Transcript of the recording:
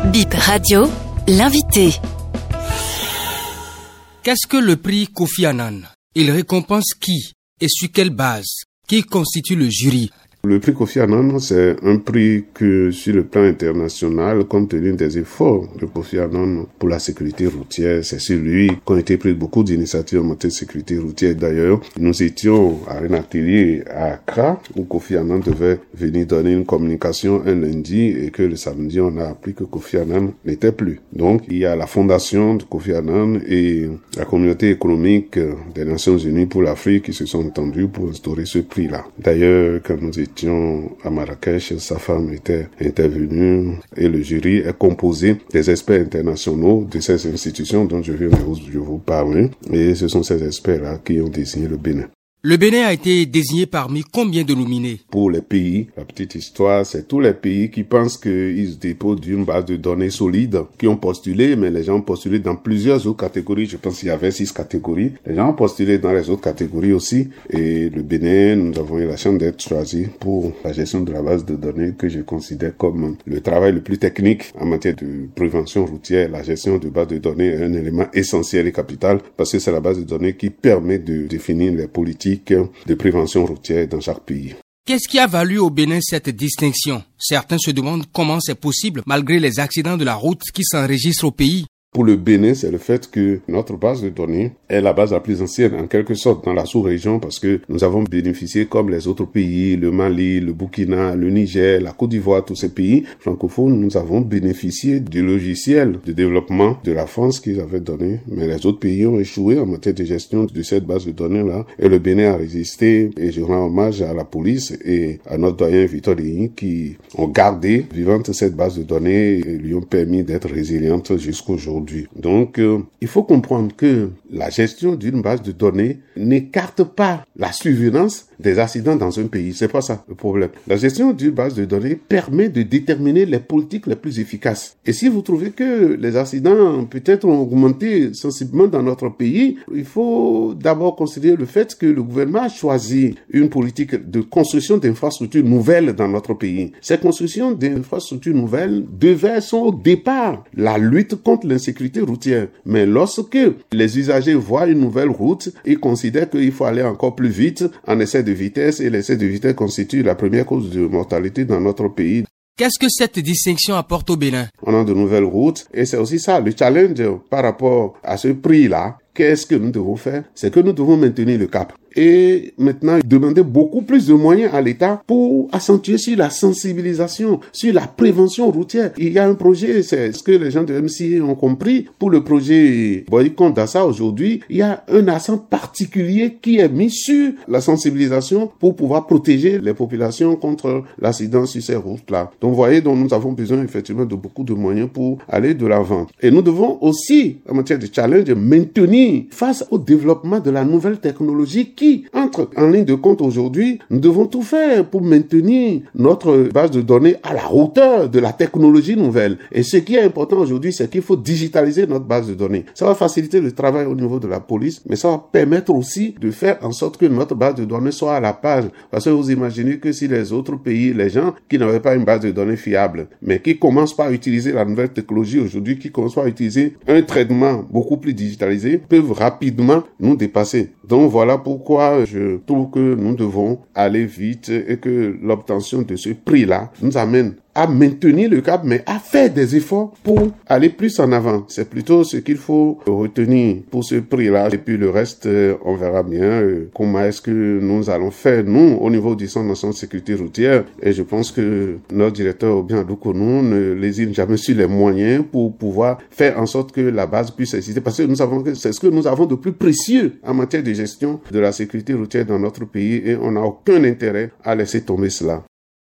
Bip Radio, l'invité. Qu'est-ce que le prix Kofi Annan? Il récompense qui et sur quelle base? Qui constitue le jury? Le prix Kofi Annan, c'est un prix que, sur le plan international, compte tenu des efforts de Kofi Annan pour la sécurité routière, c'est sur lui qu'ont été prises beaucoup d'initiatives en matière de sécurité routière. D'ailleurs, nous étions à un atelier à Accra où Kofi Annan devait venir donner une communication un lundi et que le samedi, on a appris que Kofi Annan n'était plus. Donc, il y a la fondation de Kofi Annan et la communauté économique des Nations Unies pour l'Afrique qui se sont entendus pour instaurer ce prix-là. D'ailleurs, quand nous étions à Marrakech, sa femme était intervenue et le jury est composé des experts internationaux de ces institutions dont je viens de vous parler, et ce sont ces experts-là qui ont désigné le Bénin. Le Bénin a été désigné parmi combien de nominés? Pour les pays, la petite histoire, c'est tous les pays qui pensent qu'ils se déposent d'une base de données solide, qui ont postulé, mais les gens ont postulé dans plusieurs autres catégories. Je pense qu'il y avait 6 catégories. Les gens ont postulé dans les autres catégories aussi. Et le Bénin, nous avons eu la chance d'être choisis pour la gestion de la base de données que je considère comme le travail le plus technique en matière de prévention routière. La gestion de base de données est un élément essentiel et capital parce que c'est la base de données qui permet de définir les politiques de prévention routière dans chaque pays. Qu'est-ce qui a valu au Bénin cette distinction? Certains se demandent comment c'est possible malgré les accidents de la route qui s'enregistrent au pays. Pour le Bénin, c'est le fait que notre base de données est la base la plus ancienne, en quelque sorte, dans la sous-région, parce que nous avons bénéficié, comme les autres pays, le Mali, le Burkina, le Niger, la Côte d'Ivoire, tous ces pays francophones, nous avons bénéficié du logiciel de développement de la France qu'ils avaient donné. Mais les autres pays ont échoué en matière de gestion de cette base de données-là. Et le Bénin a résisté, et je rends hommage à la police et à notre doyen Victor Denis qui ont gardé vivante cette base de données et lui ont permis d'être résiliente jusqu'aujourd'hui. Donc, il faut comprendre que la gestion d'une base de données n'écarte pas la survenance des accidents dans un pays. C'est pas ça le problème. La gestion d'une base de données permet de déterminer les politiques les plus efficaces. Et si vous trouvez que les accidents peut-être ont augmenté sensiblement dans notre pays, il faut d'abord considérer le fait que le gouvernement a choisi une politique de construction d'infrastructures nouvelles dans notre pays. Ces constructions d'infrastructures nouvelles devaient son au départ la lutte contre l'insécurité routière. Mais lorsque les usagers voient une nouvelle route, ils considèrent qu'il faut aller encore plus vite en essai de vitesse, et l'essai de vitesse constitue la première cause de mortalité dans notre pays. Qu'est-ce que cette distinction apporte au Bénin? On a de nouvelles routes et c'est aussi ça, le challenge par rapport à ce prix-là. Qu'est-ce que nous devons faire? C'est que nous devons maintenir le cap. Et maintenant, demander beaucoup plus de moyens à l'État pour accentuer sur la sensibilisation, sur la prévention routière. Il y a un projet, c'est ce que les gens de MCA ont compris. Pour le projet Boycott Dassa aujourd'hui, il y a un accent particulier qui est mis sur la sensibilisation pour pouvoir protéger les populations contre l'accident sur ces routes-là. Donc, vous voyez, donc nous avons besoin effectivement de beaucoup de moyens pour aller de l'avant. Et nous devons aussi, en matière de challenge, maintenir face au développement de la nouvelle technologie qui entre en ligne de compte aujourd'hui. Nous devons tout faire pour maintenir notre base de données à la hauteur de la technologie nouvelle. Et ce qui est important aujourd'hui, c'est qu'il faut digitaliser notre base de données. Ça va faciliter le travail au niveau de la police, mais ça va permettre aussi de faire en sorte que notre base de données soit à la page. Parce que vous imaginez que si les autres pays, les gens qui n'avaient pas une base de données fiable, mais qui commencent pas à utiliser la nouvelle technologie aujourd'hui, qui commencent pas à utiliser un traitement beaucoup plus digitalisé, peuvent rapidement nous dépasser. Donc voilà pourquoi je trouve que nous devons aller vite et que l'obtention de ce prix-là nous amène à maintenir le cap, mais à faire des efforts pour aller plus en avant. C'est plutôt ce qu'il faut retenir pour ce prix-là. Et puis le reste, on verra bien comment est-ce que nous allons faire, nous, au niveau du Centre national de sécurité routière. Et je pense que notre directeur, Obien Adoukonou, ne lésine jamais sur les moyens pour pouvoir faire en sorte que la base puisse exister. Parce que c'est ce que nous avons de plus précieux en matière de gestion de la sécurité routière dans notre pays et on n'a aucun intérêt à laisser tomber cela.